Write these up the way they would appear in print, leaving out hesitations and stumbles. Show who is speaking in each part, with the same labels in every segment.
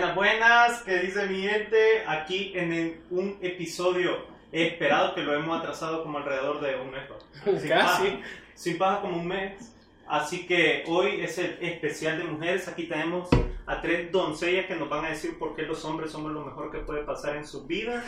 Speaker 1: Buenas, ¿qué dice mi gente? Aquí en un episodio esperado que lo hemos atrasado como alrededor de un mes.
Speaker 2: Casi.
Speaker 1: Sin paja como un mes. Así que hoy es el especial de mujeres. Aquí tenemos a 3 doncellas que nos van a decir por qué los hombres somos lo mejor que puede pasar en sus vidas.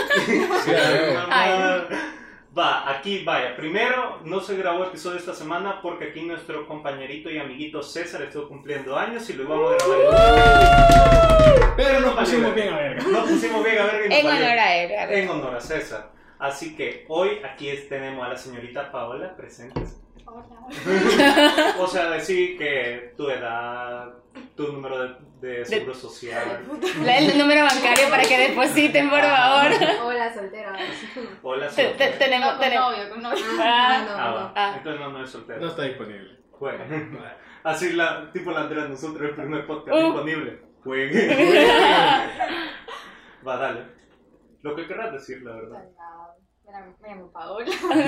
Speaker 1: Va, aquí vaya. Primero, no se grabó episodio esta semana porque aquí nuestro compañerito y amiguito César estuvo cumpliendo años y lo íbamos a grabar.
Speaker 2: Pero nos pusimos bien a verga.
Speaker 1: Nos pusimos bien a verga.
Speaker 3: En honor a él.
Speaker 1: En honor a César. Así que hoy aquí tenemos a la señorita Paola presente.
Speaker 4: Hola.
Speaker 1: O sea, decir que tu edad, tu número de seguro social.
Speaker 3: El número bancario para que depositen, por favor.
Speaker 4: Hola, soltera.
Speaker 1: Hola, soltera.
Speaker 3: Tenemos.
Speaker 4: Con novio.
Speaker 1: Entonces no es soltera.
Speaker 2: No está disponible.
Speaker 1: Bueno. Así tipo la Andrea, nosotros el primer podcast disponible. Va, dale. Lo que querrás decir, la verdad.
Speaker 4: Me llamo Paola.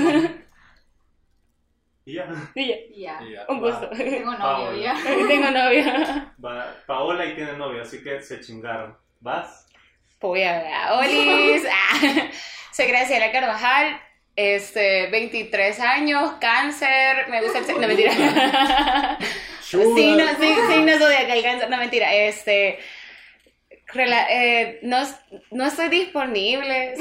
Speaker 1: Y ya.
Speaker 3: Y
Speaker 4: Ya.
Speaker 3: un gusto.
Speaker 4: Tengo novio
Speaker 1: Paola.
Speaker 4: ya.
Speaker 3: Tengo novia.
Speaker 1: Va, Paola y tiene novio, así que se chingaron. ¿Vas?
Speaker 3: Pues a Olis. Soy Graciela Carvajal. 23 años, cáncer. Me gusta el sexo. No, mentira. Signo zodiacal, cáncer. No, mentira. No estoy disponible.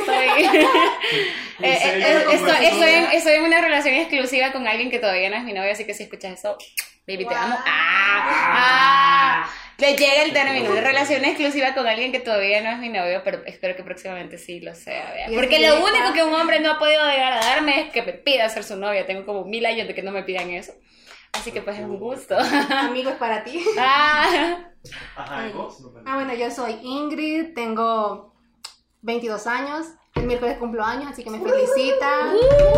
Speaker 3: Estoy en una relación exclusiva con alguien que todavía no es mi novio, así que si escuchas eso, baby, te amo. Le llega el término de relación exclusiva con alguien que todavía no es mi novio, pero espero que próximamente sí lo sea, vea. Porque lo único que un hombre no ha podido llegar a darme es que me pida ser su novia. Tengo como 1000 años de que no me pidan eso. Así que pues es un gusto.
Speaker 4: Amigos para ti.
Speaker 1: Ajá,
Speaker 4: Ay.
Speaker 1: ¿y vos?
Speaker 4: Bueno, yo soy Ingrid, tengo 22 años. El miércoles cumplo años, así que me felicitan.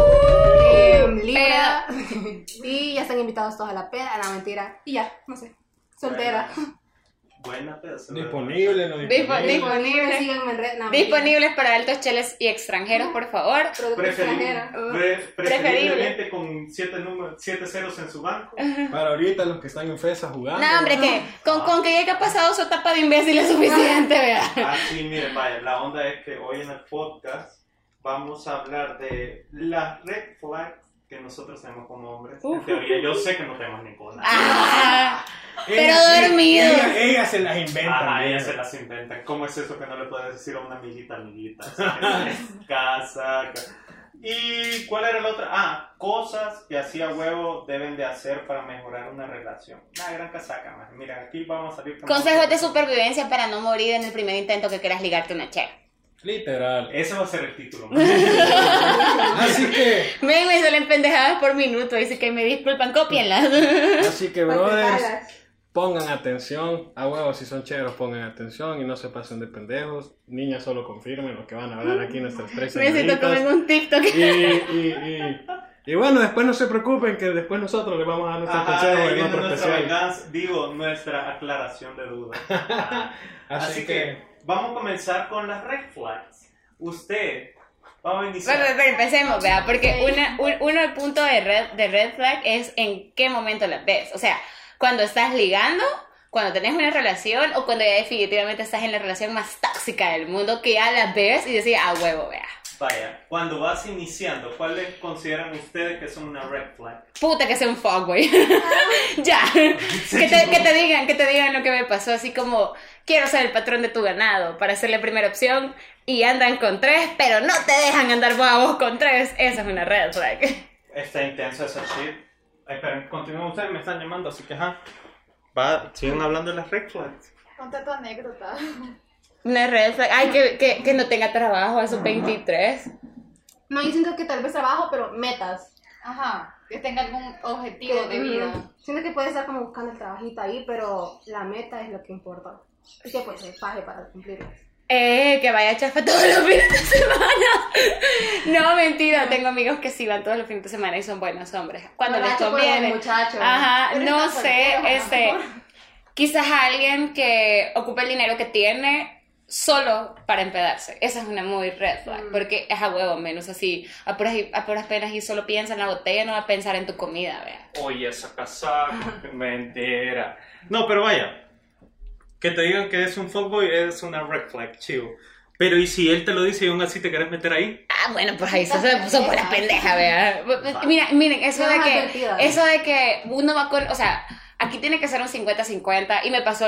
Speaker 4: Libra. Y ya están invitados todos a la peda. No, mentira. Y ya, no sé. Soltera.
Speaker 1: Buena pedazo.
Speaker 2: Disponible, no disponible.
Speaker 3: Disponible.
Speaker 4: Síganme en red. No,
Speaker 3: Disponibles para altos cheles y extranjeros, por favor.
Speaker 1: Preferiblemente con 7 ceros en su banco.
Speaker 2: Para ahorita los que están en FESA jugando.
Speaker 3: No, hombre, que con que haya pasado su etapa de imbécil es suficiente, vea.
Speaker 1: Así, miren, vaya, la onda es que hoy en el podcast vamos a hablar de las red flags que nosotros tenemos como hombres. En teoría, yo sé que no tenemos ninguna.
Speaker 3: Pero dormidos.
Speaker 2: Ellas se las inventan.
Speaker 1: Ajá, ellas se las inventan. ¿Cómo es eso que no le puedes decir a una amiguita? Casa. ¿Y cuál era la otra? Cosas que así a huevo deben de hacer para mejorar una relación. Una gran casaca, man. Mira, aquí vamos a salir con
Speaker 3: Consejos de supervivencia para no morir en el primer intento que quieras ligarte una chera.
Speaker 2: Literal.
Speaker 1: Ese va a ser el título, man.
Speaker 2: Así que,
Speaker 3: Me salen pendejadas por minuto. Dice que me disculpan, cópienlas.
Speaker 2: brothers, pongan atención. A huevos, si son cheros, pongan atención y no se pasen de pendejos. Niñas, solo confirmen lo que van a hablar aquí nuestras 3
Speaker 3: Me siento como en un TikTok.
Speaker 2: Y bueno, después no se preocupen que después nosotros les vamos a dar nuestros consejos en otro especial.
Speaker 1: Nuestra aclaración de dudas. Así que
Speaker 2: que
Speaker 1: vamos a comenzar con las red flags. Vamos a iniciar.
Speaker 3: Pero empecemos, vea, porque el punto de red flag es en qué momento las ves. O sea, cuando estás ligando, cuando tenés una relación o cuando ya definitivamente estás en la relación más tóxica del mundo, que ya las ves y decís, huevo, vea.
Speaker 1: Vaya, cuando vas iniciando, ¿cuáles consideran ustedes que son una red flag?
Speaker 3: Puta que sea un fuckboy. Ya. Que te digan lo que me pasó, así como quiero ser el patrón de tu ganado para ser la primera opción y andan con 3, pero no te dejan andar a vos con 3. Esa es una red flag.
Speaker 1: Está intenso esa shit. Esperen, continúen ustedes, me están llamando, así que siguen hablando de las red flags.
Speaker 4: Conta tu anécdota.
Speaker 3: Una red flag. Ay, que no tenga trabajo a sus 23.
Speaker 4: No, yo siento que tal vez trabajo, pero metas.
Speaker 5: Ajá, que tenga algún objetivo de vida.
Speaker 4: Siento que puede estar como buscando el trabajito ahí, pero la meta es lo que importa. Y que pues se pague para cumplirlo.
Speaker 3: Que vaya a chafa todos los fines de semana. No, mentira, tengo amigos que sí van todos los fines de semana y son buenos hombres. Cuando les conviene. Ajá, no sé, quizás alguien que ocupe el dinero que tiene solo para empedarse. Esa es una muy red flag, porque es a huevo menos así, a puras penas y solo piensa en la botella, no va a pensar en tu comida, vea.
Speaker 1: Oye, esa casaca, mentira. No, pero vaya, que te digan que es un fuckboy es una red flag, chivo. Pero ¿y si él te lo dice y aún así te querés meter ahí?
Speaker 3: Ah, bueno, pues ahí se puso por la pendeja, ¿verdad? Miren, eso de que uno va con, o sea, aquí tiene que ser un 50-50 y me pasó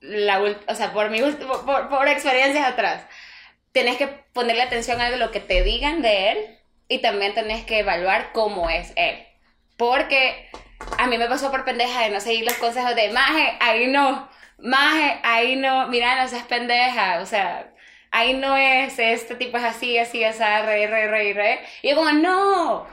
Speaker 3: por experiencias atrás. Tenés que ponerle atención a lo que te digan de él y también tenés que evaluar cómo es él. Porque a mí me pasó por pendeja de no seguir los consejos de maje, ahí no, mira, no seas pendeja, o sea, ahí no es, este tipo es así, re. Y yo como, no.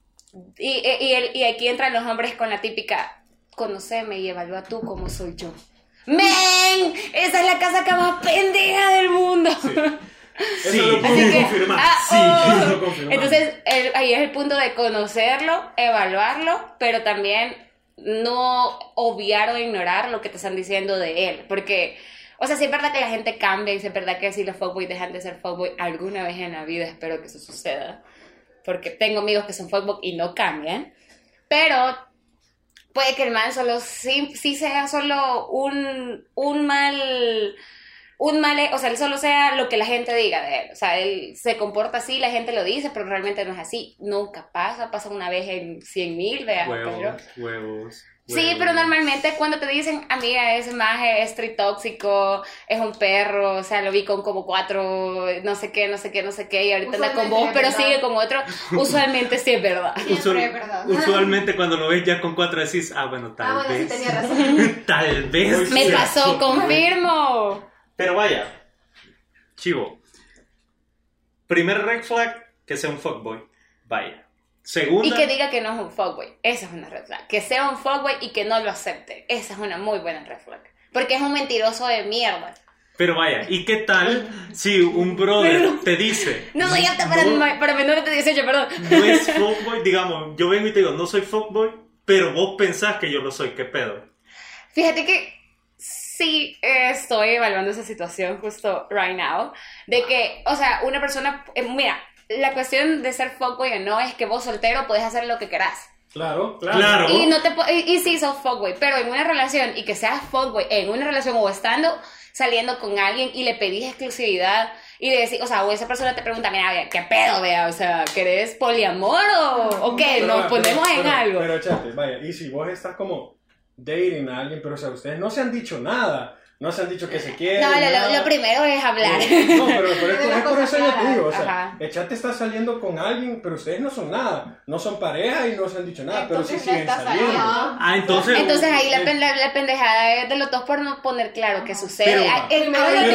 Speaker 3: Y aquí entran los hombres con la típica, conóceme y evalúa tú cómo soy yo. ¡Men! Esa es la casaca más pendeja del mundo.
Speaker 1: Sí.
Speaker 2: Eso lo puedo confirmar. Eso lo confirmar.
Speaker 3: Entonces, ahí es el punto de conocerlo, evaluarlo, pero también no obviar o ignorar lo que te están diciendo de él. Porque, o sea, sí es verdad que la gente cambia y sí es verdad que si los fuckboys dejan de ser fuckboy alguna vez en la vida, espero que eso suceda. Porque tengo amigos que son fuckboy y no cambian. Pero puede que el man sí sea solo un mal, o sea, él solo sea lo que la gente diga de él. O sea, él se comporta así, la gente lo dice, pero realmente no es así. Nunca pasa una vez en 100,000, veas.
Speaker 1: Huevos.
Speaker 3: Sí, pero normalmente cuando te dicen, amiga, es maje, es tritóxico, es un perro, o sea, lo vi con como 4, no sé qué, y ahorita anda con vos, pero sigue con otro, usualmente sí es verdad.
Speaker 5: Siempre es verdad.
Speaker 1: Usualmente cuando lo ves ya con 4 decís, bueno, tal vez.
Speaker 4: Sí tenía razón.
Speaker 1: Tal vez.
Speaker 3: Me pasó, confirmo.
Speaker 1: Pero vaya, chivo. Primer red flag, que sea un fuckboy. Vaya. Segunda.
Speaker 3: Y que diga que no es un fuckboy. Esa es una red flag. Que sea un fuckboy y que no lo acepte. Esa es una muy buena red flag. Porque es un mentiroso de mierda.
Speaker 1: Pero vaya, ¿y qué tal si un brother te dice...
Speaker 3: No soy apta para menores de 18, perdón.
Speaker 1: No es fuckboy, digamos, yo vengo y te digo, no soy fuckboy, pero vos pensás que yo lo soy, ¿qué pedo?
Speaker 3: Fíjate que sí estoy evaluando esa situación justo right now. De que, o sea, una persona... mira, la cuestión de ser fuckboy o no es que vos soltero podés hacer lo que querás.
Speaker 2: Claro.
Speaker 3: Y sí sos fuckboy, pero en una relación, y que seas fuckboy en una relación o estando saliendo con alguien y le pedís exclusividad y le decís, o sea, o esa persona te pregunta, mira, ¿qué pedo, vea? O sea, ¿querés poliamor o qué? Nos ponemos en algo.
Speaker 2: Pero chate, vaya, y si vos estás como dating a alguien, pero o sea, ustedes no se han dicho nada. No se han dicho que se quieren.
Speaker 3: No, lo primero es hablar.
Speaker 2: No, pero es por eso yo te digo. O sea, el chat está saliendo con alguien, pero ustedes no son nada. No son pareja y no se han dicho nada,
Speaker 5: entonces
Speaker 2: pero sí siguen saliendo.
Speaker 1: Entonces
Speaker 3: ahí la pendejada es de los dos por no poner claro qué sucede. En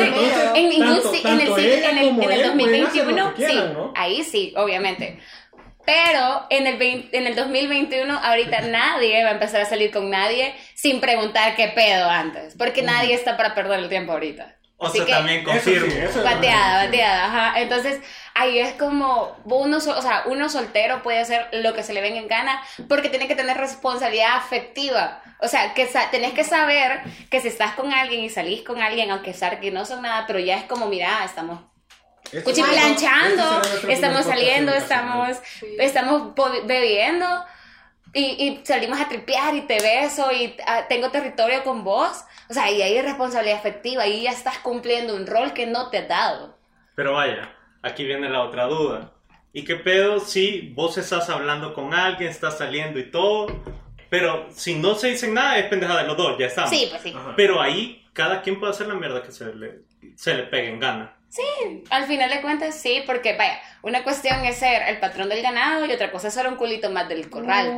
Speaker 3: el 2021, sí, ¿no? Ahí sí, obviamente. Pero en el 2021 ahorita nadie va a empezar a salir con nadie sin preguntar qué pedo antes, porque nadie está para perder el tiempo ahorita.
Speaker 1: O
Speaker 3: Así
Speaker 1: sea,
Speaker 3: que,
Speaker 1: también confirmo.
Speaker 3: bateada, ajá. Entonces, ahí es como uno soltero puede hacer lo que se le venga en gana porque tiene que tener responsabilidad afectiva. O sea, que tenés que saber que si estás con alguien y salís con alguien, aunque sabes que no son nada, pero ya es como, mira, estamos cuchiplanchando, estamos saliendo, estamos bebiendo y salimos a tripear y te beso y tengo territorio con vos. O sea, y hay responsabilidad afectiva y ya estás cumpliendo un rol que no te has dado.
Speaker 1: Pero vaya, aquí viene la otra duda. ¿Y qué pedo si vos estás hablando con alguien, estás saliendo y todo, pero si no se dicen nada es pendejada de los dos, ya estamos?
Speaker 3: Sí, pues sí.
Speaker 1: Ajá. Pero ahí cada quien puede hacer la mierda que se le pegue en gana.
Speaker 3: Sí, al final de cuentas sí, porque vaya, una cuestión es ser el patrón del ganado y otra cosa es ser un culito más del corral.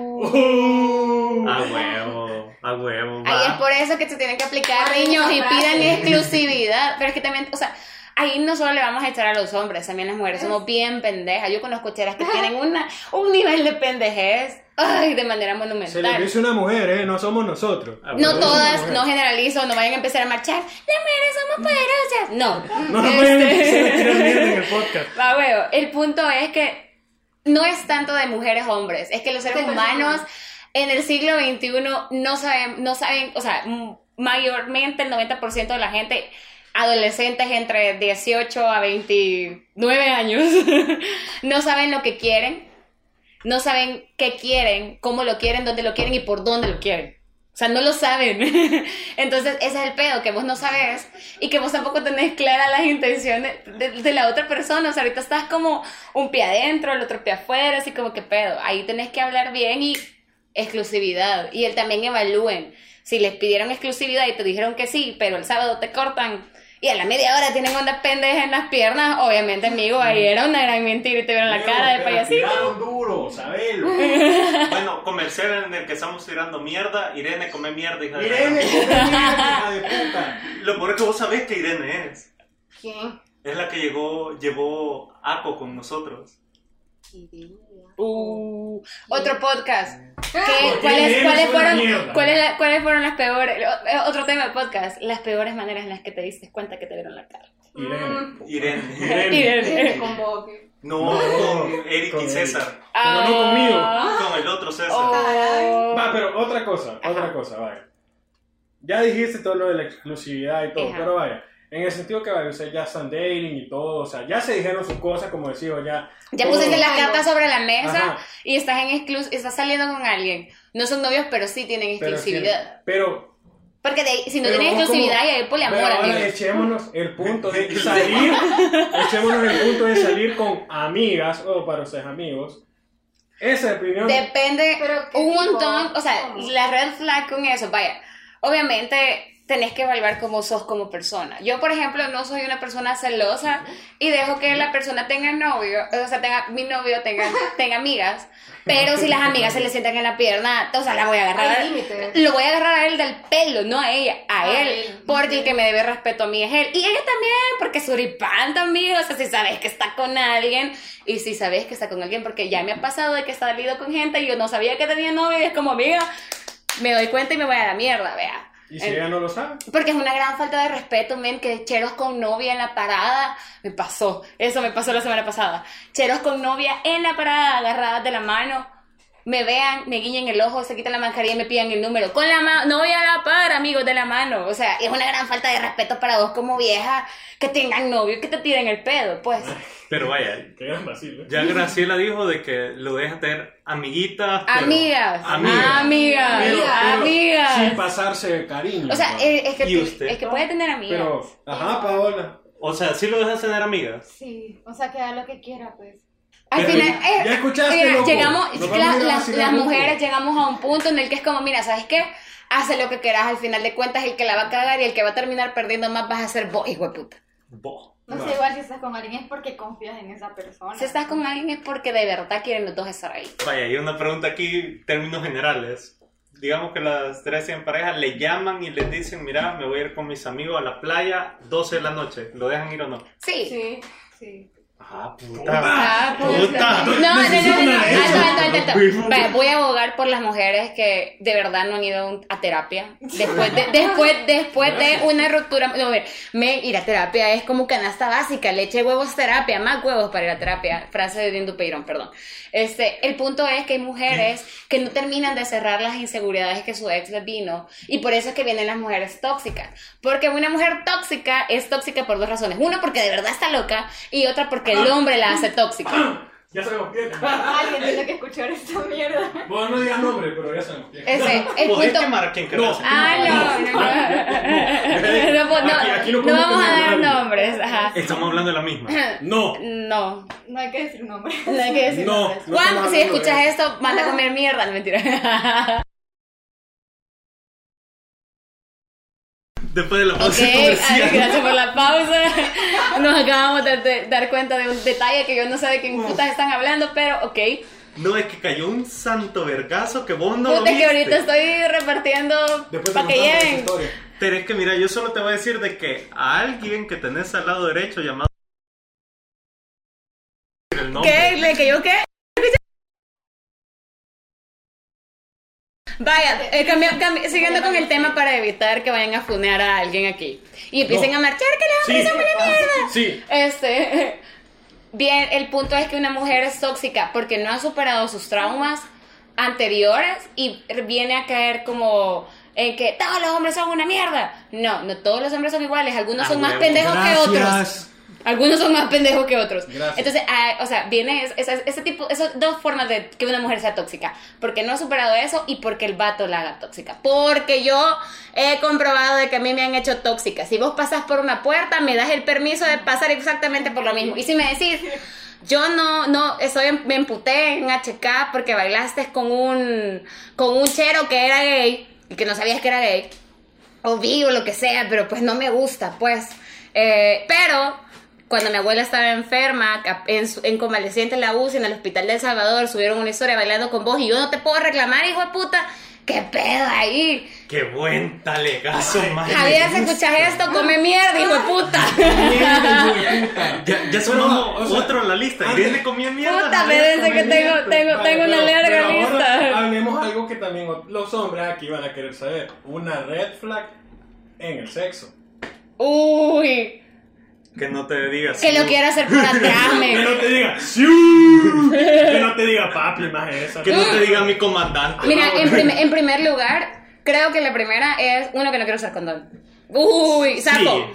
Speaker 1: A huevo.
Speaker 3: Ahí es por eso que se tienen que aplicar, niños, y pidan exclusividad. Pero es que también, o sea, ahí no solo le vamos a echar a los hombres, también las mujeres somos bien pendejas. Yo conozco cheras que tienen un nivel de pendejez, de manera monumental.
Speaker 2: Se le dice una mujer, no somos nosotros.
Speaker 3: No todas, no generalizo, no vayan a empezar a marchar. Las mujeres somos poderosas.
Speaker 2: No vayan a empezar a tirar mierda en el podcast.
Speaker 3: Huevo, el punto es que no es tanto de mujeres hombres, es que los seres humanos en el siglo XXI no saben, o sea, mayormente el 90% de la gente, adolescentes entre 18 a 29 años, no saben lo que quieren, no saben qué quieren, cómo lo quieren, dónde lo quieren y por dónde lo quieren. O sea, no lo saben. Entonces, ese es el pedo, que vos no sabes y que vos tampoco tenés claras las intenciones de la otra persona. O sea, ahorita estás como un pie adentro, el otro pie afuera, así como que pedo. Ahí tenés que hablar bien y exclusividad. Y él también evalúen. Si les pidieron exclusividad y te dijeron que sí, pero el sábado te cortan y a la media hora tienen una pendeja en las piernas, obviamente, amigo, ahí era una gran mentira y te vieron la cara de payasito.
Speaker 2: Tiraron duro, sabelo.
Speaker 1: Bueno, comercial en el que estamos tirando mierda. Irene, come mierda, hija de
Speaker 2: Irene, come mierda, hija de puta.
Speaker 1: Lo peor es que vos sabés que Irene es.
Speaker 4: ¿Quién?
Speaker 1: Es la que llevó Aco con nosotros.
Speaker 3: Otro podcast. ¿Cuáles fueron las peores? Otro tema de podcast. Las peores maneras en las que te diste cuenta que te vieron la cara.
Speaker 1: Irene. No, con Eric y César.
Speaker 2: Pero no conmigo.
Speaker 1: Con el otro César.
Speaker 2: Va, pero otra cosa, vaya. Ya dijiste todo lo de la exclusividad y todo, pero vaya. En el sentido que vaya, o sea, ya están dating y todo, o sea, ya se dijeron sus cosas, como decía, ya
Speaker 3: pusiste las cartas sobre la mesa. Ajá. Y estás saliendo con alguien. No son novios, pero sí tienen exclusividad. Porque si no tienen exclusividad y hay poliamor.
Speaker 2: Pero ahora echémonos el punto de salir con amigas o para ustedes amigos. Esa es la opinión.
Speaker 3: Depende un montón, o sea, la red flag con eso, vaya, obviamente tenés que evaluar cómo sos como persona. Yo, por ejemplo, no soy una persona celosa y dejo que la persona tenga novio, o sea, mi novio tenga amigas, pero si las amigas se le sientan en la pierna, o sea, la voy a agarrar. Lo voy a agarrar a él del pelo, no a ella, a él, porque el que me debe respeto a mí es él. Y ella también, porque suripán también, o sea, si sabes que está con alguien, y si sabes que está con alguien, porque ya me ha pasado de que he salido con gente y yo no sabía que tenía novio, y es como, amiga, me doy cuenta y me voy a la mierda, vea.
Speaker 2: ¿Y si ella no lo sabe?
Speaker 3: Porque es una gran falta de respeto, men, que cheros con novia en la parada. Eso me pasó la semana pasada. Cheros con novia en la parada, agarradas de la mano, me vean, me guiñen el ojo, se quitan la mascarilla y me pidan el número. Con la novia a la par, amigos, de la mano. O sea, es una gran falta de respeto para vos como vieja que tengan novio y que te tiren el pedo, pues.
Speaker 1: Pero vaya, ya Graciela dijo de que lo deja tener amiguitas.
Speaker 3: Amigas.
Speaker 2: Sin pasarse de cariño.
Speaker 3: O sea, es que puede tener amigas.
Speaker 2: Pero, Paola.
Speaker 1: O sea, ¿sí lo dejas tener amigas?
Speaker 5: Sí, o sea, que haga lo que quiera, pues.
Speaker 3: Al final,
Speaker 2: ya escuchaste,
Speaker 3: las mujeres llegamos a un punto en el que es como, mira, ¿sabes qué? Hace lo que quieras, al final de cuentas el que la va a cagar y el que va a terminar perdiendo más vas a ser vos, hijo de puta.
Speaker 5: No sé, igual si estás con alguien es porque confías en esa persona.
Speaker 3: Si estás con alguien es porque de verdad quieren los dos estar ahí.
Speaker 1: Vaya, y una pregunta aquí, términos generales. Digamos que las tres en pareja le llaman y les dicen, mira, me voy a ir con mis amigos a la playa 12 de la noche. ¿Lo dejan ir o no?
Speaker 3: Sí.
Speaker 1: Puta.
Speaker 3: No. Voy a abogar por las mujeres que de verdad no han ido a terapia. Después de una ruptura. No, ir a terapia es como canasta básica. Leche, huevos, terapia. Más huevos para ir a terapia. Frase de Dindu Peirón, perdón. El punto es que hay mujeres que no terminan de cerrar las inseguridades que su ex les vino. Y por eso es que vienen las mujeres tóxicas. Porque una mujer tóxica es tóxica por dos razones. Una, porque de verdad está loca. Y otra, porque el hombre la hace tóxica.
Speaker 2: Ya sabemos quién.
Speaker 5: Alguien tiene que escuchar esta mierda.
Speaker 2: Vos no digas nombre, pero ya sabemos quién.
Speaker 3: El punto...
Speaker 1: quemar a quien querrás.
Speaker 3: No vamos a dar nombres. Ajá.
Speaker 1: Estamos hablando de la misma.
Speaker 3: No
Speaker 5: hay que decir nombres.
Speaker 3: Juan, si escuchas esto, manda a comer mierda. No, mentira.
Speaker 1: Después de la pausa comercial.
Speaker 3: Gracias por la pausa. Nos acabamos de dar cuenta de un detalle que yo no sé de qué putas están hablando, pero ok.
Speaker 1: No, es que cayó un santo vergazo que vos no lo
Speaker 3: viste.
Speaker 1: viste.
Speaker 3: Que ahorita estoy repartiendo para que lleven.
Speaker 1: Pero es que mira, yo solo te voy a decir de que a alguien que tenés al lado derecho llamado el nombre.
Speaker 3: ¿Qué? ¿Que yo qué? Vaya, siguiendo con el tema para evitar que vayan a funear a alguien aquí y empiecen a marchar que los hombres son una mierda.
Speaker 2: Sí.
Speaker 3: Bien, el punto es que una mujer es tóxica porque no ha superado sus traumas anteriores y viene a caer como en que todos los hombres son una mierda. No todos los hombres son iguales, algunos son más pendejos que otros. Algunos son más pendejos que otros.
Speaker 2: Gracias.
Speaker 3: Entonces, o sea, viene ese tipo, esas dos formas de que una mujer sea tóxica. Porque no ha superado eso y porque el vato la haga tóxica. Porque yo he comprobado de que a mí me han hecho tóxica. Si vos pasas por una puerta, me das el permiso de pasar exactamente por lo mismo. Y si me decís, yo me emputé en HK porque bailaste con un chero que era gay y que no sabías que era gay, o vi o lo que sea, pero pues no me gusta, pues. Pero cuando mi abuela estaba enferma, en convaleciente en la UCI, en el hospital de El Salvador, subieron una historia bailando con vos y yo no te puedo reclamar, hijo de puta. ¿Qué pedo ahí?
Speaker 1: ¡Qué buen talegazo, madre!
Speaker 3: Javier, si escuchas esto, come mierda, hijo de puta.
Speaker 1: Ya sumamos otro en la lista. Viene comiendo mierda.
Speaker 3: Puta, me dice que tengo una larga lista.
Speaker 2: Hablemos algo que también los hombres aquí van a querer saber. Una red flag en el sexo.
Speaker 3: Uy.
Speaker 1: Que no te digas.
Speaker 3: Que lo quiera hacer por atrás,
Speaker 2: Que no te diga ¡siu! Que no te diga papi, más esa.
Speaker 1: Que no te diga mi comandante.
Speaker 3: Mira, en primer lugar, creo que la primera es uno que no quiere usar condón. Uy, sapo.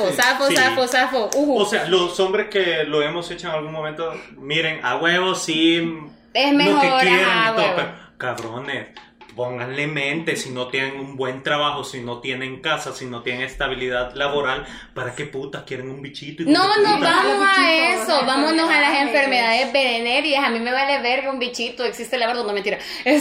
Speaker 3: Sapo.
Speaker 1: O sea, los hombres que lo hemos hecho en algún momento, miren, a huevo sí.
Speaker 3: Es mejor,
Speaker 1: lo que quieran y todo,
Speaker 3: huevo.
Speaker 1: pero, cabrones, pónganle mente si no tienen un buen trabajo, si no tienen casa, si no tienen estabilidad laboral, ¿para qué putas quieren un bichito?
Speaker 3: No, vamos a eso, vámonos a las enfermedades venéreas. A mí me vale verga un bichito, existe la verdad, no mentira.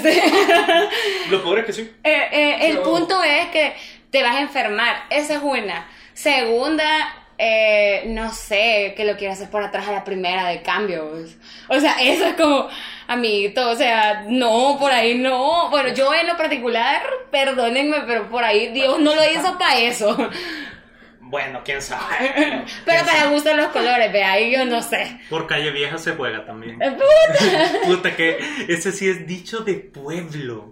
Speaker 1: Lo pobre es que sí.
Speaker 3: El punto es que te vas a enfermar, esa es una. Segunda, no sé, que lo quieras hacer por atrás a la primera de cambios. O sea, eso es como, amiguito, o sea, no, por ahí no. Bueno, yo en lo particular, perdónenme, pero por ahí Dios no lo hizo para eso.
Speaker 1: Bueno, quién sabe.
Speaker 3: Pero para gusto los colores, ve ahí yo no sé.
Speaker 1: Por Calle Vieja se juega también.
Speaker 3: ¡Puta!
Speaker 1: Puta, que ese sí es dicho de pueblo.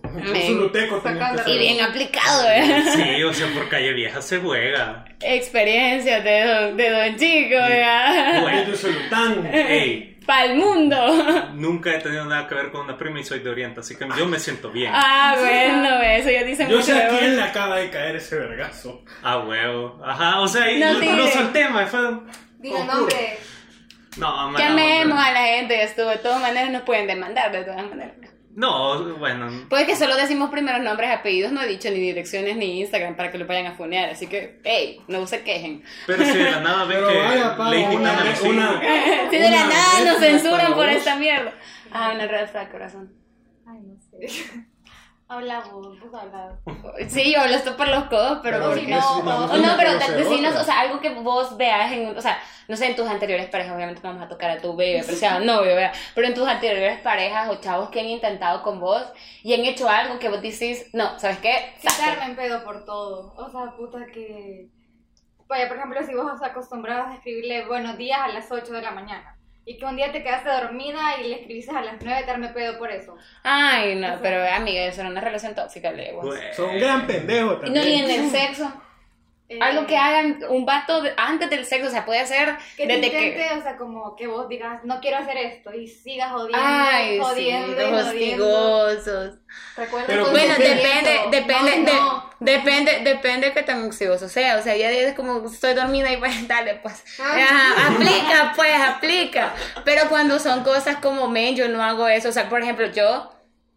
Speaker 3: Y bien aplicado,
Speaker 1: Sí, o sea, por Calle Vieja se juega.
Speaker 3: Experiencias de don Chico, ¿verdad?
Speaker 1: Bueno, ey,
Speaker 3: Pa'l mundo.
Speaker 1: nunca he tenido nada que ver con una prima y soy de Oriente, así que yo me siento bien.
Speaker 3: Ah, bueno, eso ya dice mucho.
Speaker 2: Yo sé a quién le acaba de caer ese vergazo.
Speaker 1: Ah, huevo. Ajá, o sea, y
Speaker 3: No,
Speaker 1: lo solté, me fue.
Speaker 5: Diga nombre.
Speaker 1: No, mala
Speaker 3: Llamemos
Speaker 1: onda.
Speaker 3: a la gente, esto de todas maneras nos pueden demandar, de todas maneras.
Speaker 1: No, bueno.
Speaker 3: Pues que solo decimos primeros nombres, apellidos, no he dicho ni direcciones ni Instagram para que lo vayan a funear, así que, hey, no se quejen.
Speaker 1: Pero si de la nada ven
Speaker 2: Pero
Speaker 1: que
Speaker 2: vaya, pa,
Speaker 1: Lady
Speaker 2: una-
Speaker 1: Nana sí.
Speaker 2: una-
Speaker 3: Si de la
Speaker 2: Una
Speaker 3: nada
Speaker 2: red
Speaker 3: nos
Speaker 2: flag
Speaker 3: censuran
Speaker 2: para
Speaker 3: por
Speaker 2: vos.
Speaker 3: esta mierda. Ah, una red flag, corazón.
Speaker 5: Ay, no sé. Habla vos habla.
Speaker 3: Sí, yo hablo esto por los codos, pero
Speaker 2: Pero
Speaker 3: por
Speaker 2: es
Speaker 3: no.
Speaker 2: una
Speaker 3: O no, pero
Speaker 2: conocer
Speaker 3: decinos,
Speaker 2: otra.
Speaker 3: o sea, algo que vos veas en, o sea, no sé, en tus anteriores parejas, obviamente no vamos a tocar a tu baby, pero sea novio, ¿verdad? Pero en tus anteriores parejas o chavos que han intentado con vos y han hecho algo que vos decís, no, ¿sabes qué?
Speaker 5: Quitarme en pedo por todo. O sea, puta que. Vaya, por ejemplo, si vos os acostumbrabas a escribirle buenos días a las 8 de la mañana y que un día te quedaste dormida y le escribiste a las 9, darme pedo por eso.
Speaker 3: Ay, no, pero amiga, eso era una relación tóxica, leguas.
Speaker 2: Son un gran pendejo
Speaker 3: Y no, y
Speaker 2: también.
Speaker 3: en el sexo. Algo que hagan un vato antes del sexo, o sea, puede ser
Speaker 5: Que te
Speaker 3: desde
Speaker 5: intente,
Speaker 3: que...
Speaker 5: o sea, como que vos digas, no quiero hacer esto y sigas jodiendo,
Speaker 3: Ay,
Speaker 5: jodiendo,
Speaker 3: sí,
Speaker 5: y
Speaker 3: los
Speaker 5: jodiendo.
Speaker 3: hostigosos.
Speaker 5: Recuerda
Speaker 2: Pero
Speaker 5: todo
Speaker 3: Bueno,
Speaker 5: ese
Speaker 3: depende,
Speaker 5: no.
Speaker 3: depende de qué tan ansioso sea, o sea, ya es como estoy dormida y pues dale, pues, ajá, aplica, pero cuando son cosas como, men, yo no hago eso, o sea, por ejemplo, yo...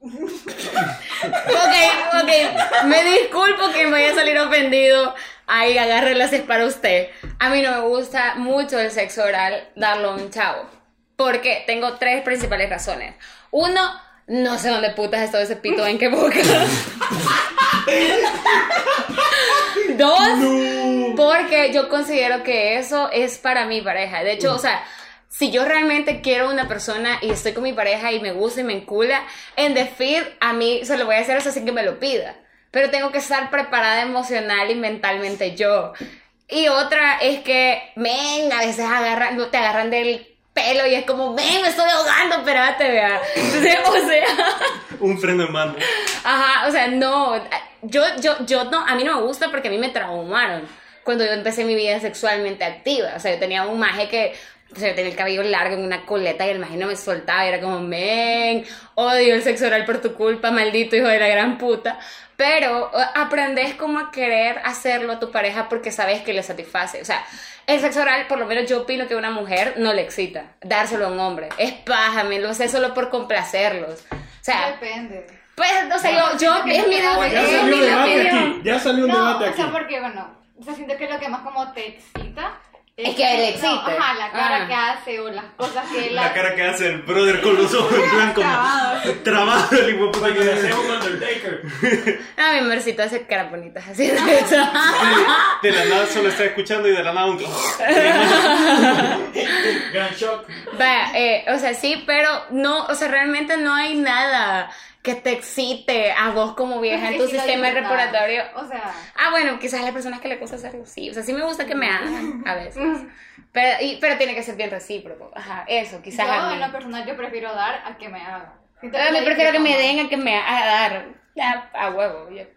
Speaker 3: Ok, me disculpo que me vaya a salir ofendido, ahí agárrelas es para usted, a mí no me gusta mucho el sexo oral, darlo a un chavo, porque tengo 3 principales razones. Uno, no sé dónde putas es todo ese pito en qué boca. 2, porque yo considero que eso es para mi pareja. De hecho, o sea, si yo realmente quiero una persona y estoy con mi pareja y me gusta y me encula, en the feed a mí se lo voy a hacer eso sin que me lo pida. Pero tengo que estar preparada emocional y mentalmente yo. Y otra es que, men, a veces te agarran del pelo y es como, ven, me estoy ahogando, espérate, vea. Entonces, o sea...
Speaker 1: Un freno en mano.
Speaker 3: Ajá, o sea, no, yo no, a mí no me gusta porque a mí me traumaron cuando yo empecé mi vida sexualmente activa. O sea, yo tenía un maje que O sea, yo tenía el cabello largo en una coleta y el imagino me soltaba y era como, men, odio el sexo oral por tu culpa, maldito hijo de la gran puta. Pero aprendes como a querer hacerlo a tu pareja porque sabes que le satisface. O sea, el sexo oral, por lo menos yo opino que a una mujer no le excita dárselo a un hombre. Es paja, me lo sé solo por complacerlos. O sea,
Speaker 5: depende.
Speaker 3: Pues, o sea, yo es mi opinión.
Speaker 2: Ya salió un debate aquí.
Speaker 5: O sea, porque, bueno, o sea, siento que lo que más como te excita
Speaker 3: es que le excite.
Speaker 5: No, ajá, la cara que hace o las cosas que él
Speaker 1: La cara que hace el brother con los ojos en blanco. Trabado el hijo de puta que hace un Undertaker.
Speaker 3: No, mi amorcito hace caras bonitas así.
Speaker 1: De la nada solo está escuchando y de la nada un...
Speaker 2: Gran shock.
Speaker 3: Vaya, o sea, sí, pero no, o sea, realmente no hay nada que te excite a vos como vieja en tu sistema respiratorio.
Speaker 5: O sea...
Speaker 3: bueno, quizás a las personas que les gusta hacerlo, sí. O sea, sí me gusta que me hagan a veces. Pero tiene que ser bien recíproco. Ajá, eso, quizás
Speaker 5: yo, en lo personal, yo prefiero dar a que me hagan.
Speaker 3: Me prefiero que me den a que me hagan dar. Ya, a huevo, ya.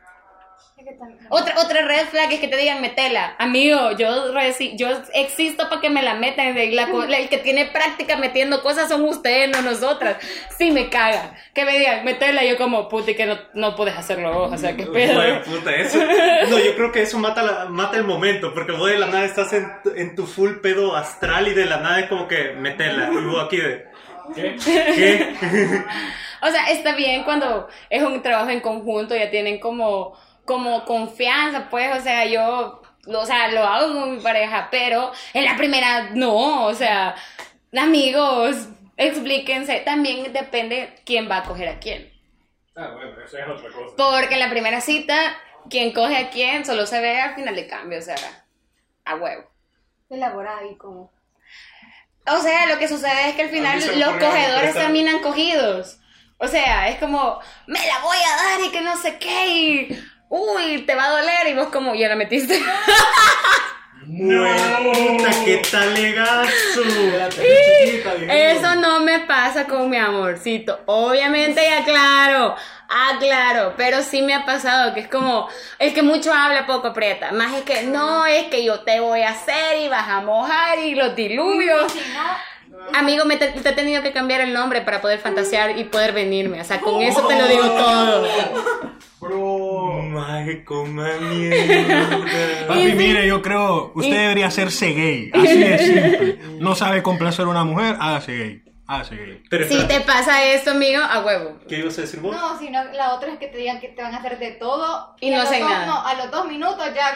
Speaker 3: Otra red flag es que te digan metela. Amigo, yo existo para que me la metan. El que tiene práctica metiendo cosas son ustedes, no nosotras. Sí me caga. Que me digan metela, yo como puta y que no puedes hacerlo vos. O sea, qué pedo.
Speaker 1: Bueno, puta, eso. No, yo creo que eso mata el momento. Porque vos de la nada estás en tu full pedo astral y de la nada es como que metela. Y vos aquí de... ¿Qué?
Speaker 3: O sea, está bien cuando es un trabajo en conjunto, ya tienen como confianza, pues, o sea, yo lo hago con mi pareja, pero en la primera no, o sea, amigos, explíquense, también depende quién va a coger a quién.
Speaker 2: Bueno, eso es otra cosa.
Speaker 3: Porque en la primera cita, quien coge a quién solo se ve al final de cambio, o sea, a huevo.
Speaker 4: Elabora ahí como...
Speaker 3: O sea, lo que sucede es que al final los cogedores terminan cogidos. O sea, es como, me la voy a dar y que no sé qué, y... Uy, te va a doler y vos como, ya la metiste.
Speaker 1: No, puta, qué talegazo.
Speaker 3: Eso no me pasa con mi amorcito. Obviamente aclaro, pero sí me ha pasado que es como, el que mucho habla poco aprieta. Más es que, no, es que yo te voy a hacer y vas a mojar y los diluvios. Amigo, te he tenido que cambiar el nombre para poder fantasear y poder venirme. O sea, con eso te lo digo todo.
Speaker 2: Bro,
Speaker 1: mágico, mierda.
Speaker 2: Papi, mire, yo creo, usted debería hacerse gay. Así de simple. No sabe complacer a una mujer, hágase gay.
Speaker 1: Pero
Speaker 3: si te pasa esto, amigo, a huevo.
Speaker 1: ¿Qué ibas a decir vos?
Speaker 5: No, sino la otra es que te digan que te van a hacer de todo
Speaker 3: y no hacen nada.
Speaker 5: No, a los 2 minutos ya.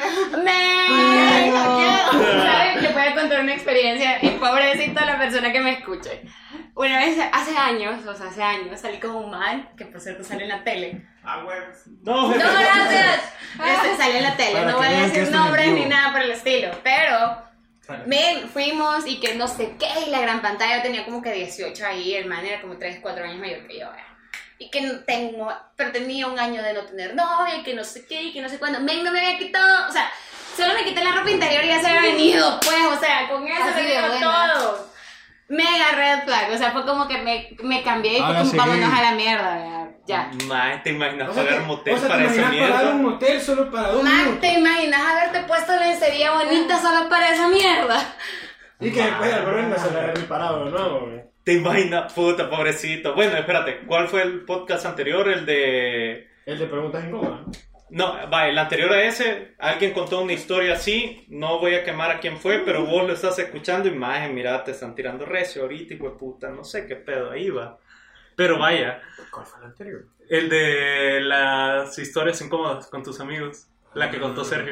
Speaker 3: ¿Sabes? Te voy a contar una experiencia y pobrecito la persona que me escuche. Una vez, hace años, salí con un man que por cierto sale en la tele.
Speaker 1: No,
Speaker 3: gracias. Sale en la tele, no voy a decir nombres ni nada por el estilo, pero fuimos y que no sé qué, y la gran pantalla, yo tenía como que 18 ahí, el man era como 3, 4 años mayor que yo, y que pero tenía un año de no tener novia, y que no sé qué, y que no sé cuándo, no me había quitado, o sea, solo me quité la ropa interior y ya se había venido, pues, o sea, con eso me dio todo. Mega red flag, o sea, fue como que me cambié y fue como vámonos a la mierda, ya.
Speaker 1: ¿Te imaginas pagar motel para esa
Speaker 2: mierda? ¿Te imaginas pagar un motel solo para 2 minutos?
Speaker 3: ¿Te imaginas haberte puesto lencería bonita solo para esa mierda?
Speaker 2: Y que después el brother se la había reparado, ¿no?
Speaker 1: ¿Te imaginas? Puta, pobrecito. Bueno, espérate, ¿cuál fue el podcast anterior? El de
Speaker 2: Preguntas Incómodas.
Speaker 1: No, el anterior a ese, alguien contó una historia así, no voy a quemar a quién fue, pero vos lo estás escuchando y más, mira, te están tirando recio ahorita, hijo de puta, no sé qué pedo, ahí va. Pero vaya.
Speaker 2: ¿Cuál fue el anterior?
Speaker 1: El de las historias incómodas con tus amigos, la que contó Sergio.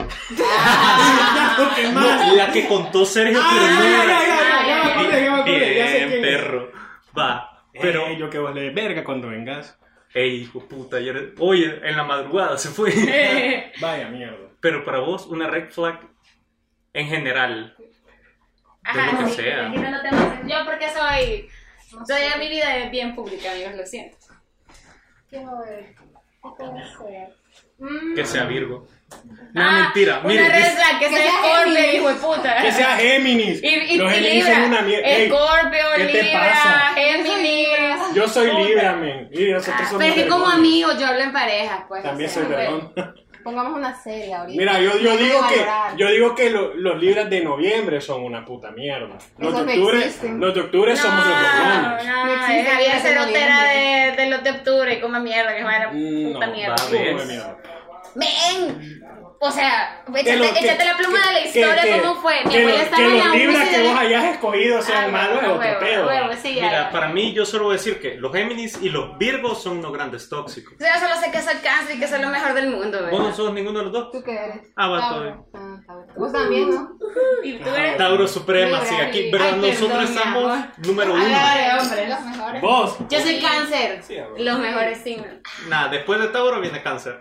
Speaker 1: No, la que contó Sergio, pero no. Bien, perro. Va, pero
Speaker 2: yo que vos le verga cuando vengas.
Speaker 1: Ey, hijo puta, oye, en la madrugada se fue.
Speaker 2: Vaya mierda.
Speaker 1: Pero para vos, una red flag en general.
Speaker 3: Ajá,
Speaker 1: de lo que sea.
Speaker 3: Yo porque soy mi vida es bien pública, amigos, lo siento.
Speaker 4: Quiero ver. ¿Qué puede ser?
Speaker 1: Que sea Virgo. No, mentira.
Speaker 3: Una red flag, que sea Scorpio, hijo de puta.
Speaker 2: Que sea Géminis.
Speaker 3: Y
Speaker 2: los Géminis son una mierda.
Speaker 3: Scorpio, Libra, Géminis.
Speaker 2: Yo soy Libra, men. Y nosotros somos
Speaker 3: pero es que como amigos yo hablo en pareja, pues.
Speaker 2: También soy Verón.
Speaker 4: Pongamos una serie ahorita.
Speaker 2: Mira, yo digo que los libros de noviembre son una puta mierda. Los de octubre somos los gorrones.
Speaker 3: No, había cerotera de los de octubre y como mierda, que era puta mierda. ¡Ven! O sea, échate la pluma de la historia, ¿cómo fue? Mi abuela estaba en la
Speaker 2: los libros que vos hayas escogido sean malos es otro pedo.
Speaker 1: Mira, para mí, yo solo voy a decir que los Géminis y los Virgos son unos grandes tóxicos.
Speaker 3: Yo solo sé que soy Cáncer y que soy lo mejor del mundo, ¿verdad?
Speaker 1: ¿Vos no sos ninguno de los dos?
Speaker 4: ¿Tú qué eres?
Speaker 1: Va, todo bien.
Speaker 4: Vos también, ¿no?
Speaker 3: ¿Y tú eres?
Speaker 1: Tauro Suprema, sí, aquí, ¿verdad? Nosotros estamos número 1.
Speaker 3: Hombre, los mejores.
Speaker 2: ¿Vos?
Speaker 3: Yo soy Cáncer, los mejores signos.
Speaker 1: Nada, después de Tauro viene Cáncer.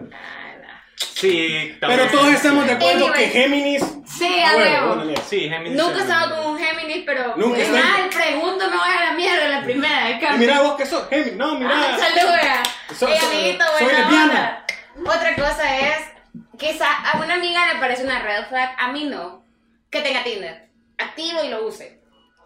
Speaker 1: Sí,
Speaker 2: pero todos estamos de acuerdo que Géminis.
Speaker 3: Sí, a huevo.
Speaker 1: Sí, Géminis.
Speaker 3: Nunca he estado con un Géminis, pero.
Speaker 2: Nunca
Speaker 3: es más, el pregunto me voy a la mierda la primera vez.
Speaker 2: Y mira vos que sos Géminis. No, mira.
Speaker 3: Saluda. Amiguito,
Speaker 2: soy lesbiana.
Speaker 3: Otra cosa es, quizá a una amiga le parece una red flag, a mí no. Que tenga Tinder. Activo y lo use.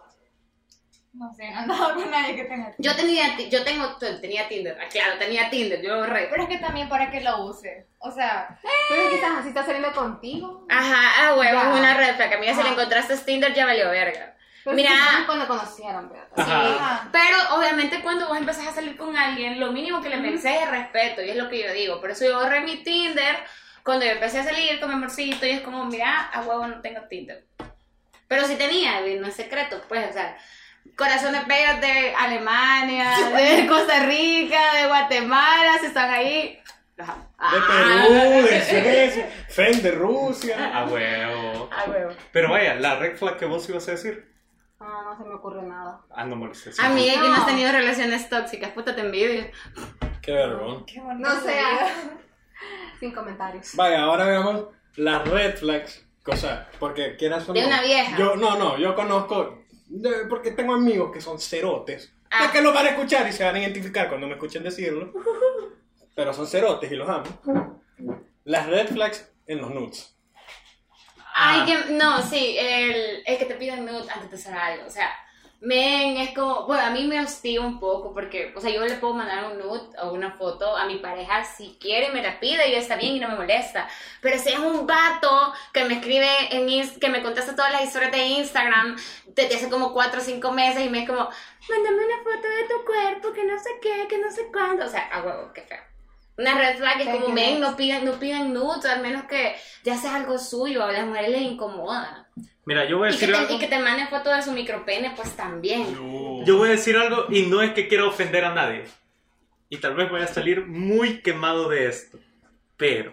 Speaker 5: No sé, no he andado con nadie que tenga Tinder.
Speaker 3: Tenía Tinder, claro, tenía Tinder, yo lo borré.
Speaker 5: Pero es que también para que lo use. O sea,
Speaker 4: pero quizás así está saliendo contigo.
Speaker 3: Ajá, huevo, es una red flag. Amiga, si le encontraste Tinder ya valió verga.
Speaker 4: Pero
Speaker 3: mira,
Speaker 4: cuando conocieron, ¿verdad?
Speaker 3: Sí, pero obviamente cuando vos empezás a salir con alguien, lo mínimo que le mereces es respeto, y es lo que yo digo. Por eso yo borré mi Tinder cuando yo empecé a salir con mi amorcito, y es como, mira, a huevo no tengo Tinder. Pero sí tenía, no es secreto, pues, o sea, corazones bellos de Alemania, de Costa Rica, de Guatemala, si están ahí.
Speaker 2: De Perú, de Suecia, Fen de Rusia.
Speaker 1: A huevo.
Speaker 3: A huevo.
Speaker 1: Pero vaya, la red flag que vos ibas a decir.
Speaker 4: No se me ocurre nada.
Speaker 1: No molestes.
Speaker 3: Amiga, que no has tenido relaciones tóxicas, puta, te envidio.
Speaker 2: Qué vergüenza.
Speaker 4: No sé. Sin comentarios.
Speaker 2: Vaya, ahora veamos las red flags. Cosa, porque quieras o no.
Speaker 3: De una vieja.
Speaker 2: Yo conozco. Porque tengo amigos que son cerotes. Que lo van a escuchar y se van a identificar cuando me escuchen decirlo. Pero son cerotes y los amo. Las red flags en los nudes.
Speaker 3: Ay, que no, sí, el que te piden nude antes de hacer algo, o sea, es como, bueno, a mí me hostiga un poco porque, o sea, yo le puedo mandar un nude o una foto a mi pareja si quiere, me la pide y está bien y no me molesta, pero si es un vato que me escribe que me contesta todas las historias de Instagram desde hace como 4 o 5 meses y me es como, mándame una foto de tu cuerpo, que no sé qué, que no sé cuándo, o sea, a huevo, qué feo. Una red flag es como, no pidan nudes, al menos que ya sea algo suyo, a las mujeres les incomoda.
Speaker 1: Mira, yo voy a decir algo.
Speaker 3: Y que te manden fotos de su micropene, pues también.
Speaker 1: No. Yo voy a decir algo y no es que quiera ofender a nadie. Y tal vez voy a salir muy quemado de esto. Pero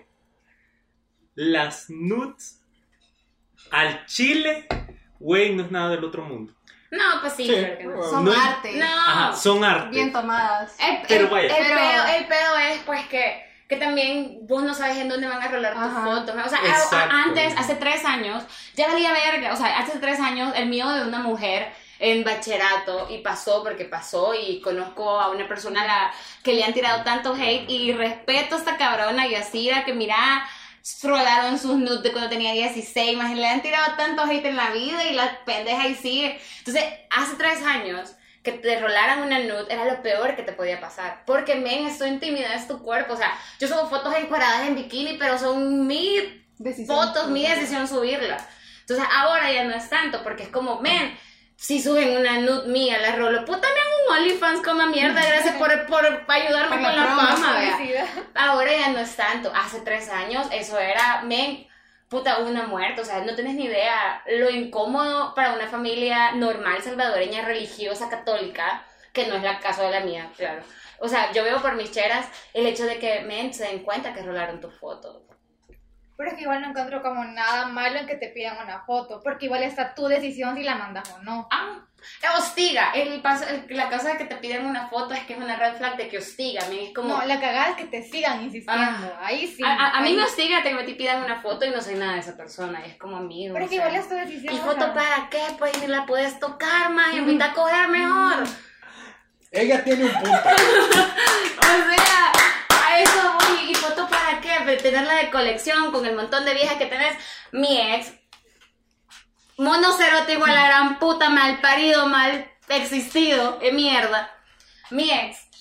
Speaker 1: las nudes al chile, güey, no es nada del otro mundo.
Speaker 3: No, pues sí, claro que no.
Speaker 4: Son arte.
Speaker 3: No.
Speaker 1: Ajá, son arte.
Speaker 4: Bien tomadas.
Speaker 1: Pero vaya.
Speaker 3: El pedo es pues que también vos no sabes en dónde van a rolar tus fotos. O sea, antes, hace 3 años, ya valía verga. O sea, hace 3 años el mío de una mujer en bachillerato y pasó porque pasó y conozco a una persona que le han tirado tanto hate y respeto a esta cabrona y así era que mira, rolaron sus nudes de cuando tenía 16, más le han tirado tanto hate en la vida y la pendeja ahí sigue. Entonces, hace 3 años que te rolaran una nude era lo peor que te podía pasar, porque es tu intimidad, es tu cuerpo, o sea, yo subo fotos encuadradas en bikini, pero son mi decisión subirla. Entonces, ahora ya no es tanto, porque es como, si suben una nude mía, la rolo, puta, me hago un OnlyFans, coma mierda, gracias por ayudarme con la fama, ahora ya no es tanto. Hace 3 años, eso era, puta, una muerte, o sea, no tienes ni idea lo incómodo para una familia normal, salvadoreña, religiosa, católica, que no es el caso de la mía, claro. O sea, yo veo por mis cheras el hecho de que, se den cuenta que rolaron tus fotos.
Speaker 5: Pero es que igual no encuentro como nada malo en que te pidan una foto, porque igual está tu decisión si la mandas o no.
Speaker 3: Hostiga. La cosa de que te piden una foto es que es una red flag de que hostiga. Es como...
Speaker 5: No, la cagada es que te sigan insistiendo. Ahí sí.
Speaker 3: A mí me hostiga que me pidan una foto y no soy nada de esa persona. Y es como amigo.
Speaker 5: Pero es que igual es tu decisión.
Speaker 3: ¿Y foto para qué? Pues ni la puedes tocar, más. Invita a coger mejor.
Speaker 2: Ella tiene un punto.
Speaker 3: O sea... A eso voy, ¿y foto para qué? Tenerla de colección con el montón de viejas que tenés. Mi ex, mono cerote igual a gran puta, mal parido, mal existido, mierda. Mi ex